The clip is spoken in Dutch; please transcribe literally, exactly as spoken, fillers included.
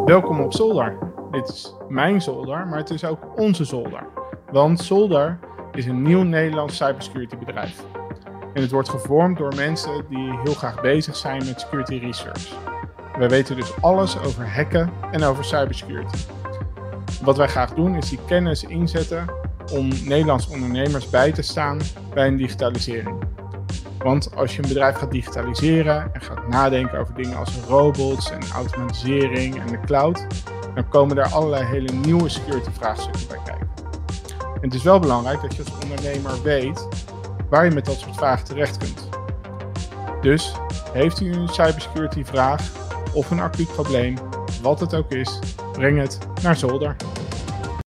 Welkom op Zolder. Dit is mijn zolder, maar het is ook onze zolder. Want Zolder is een nieuw Nederlands cybersecurity bedrijf. En het wordt gevormd door mensen die heel graag bezig zijn met security research. Wij weten dus alles over hacken en over cybersecurity. Wat wij graag doen is die kennis inzetten om Nederlandse ondernemers bij te staan bij een digitalisering. Want als je een bedrijf gaat digitaliseren en gaat nadenken over dingen als robots en automatisering en de cloud, dan komen daar allerlei hele nieuwe security vraagstukken bij kijken. En het is wel belangrijk dat je als ondernemer weet waar je met dat soort vragen terecht kunt. Dus heeft u een cybersecurity vraag of een acuut probleem, wat het ook is, breng het naar Zolder.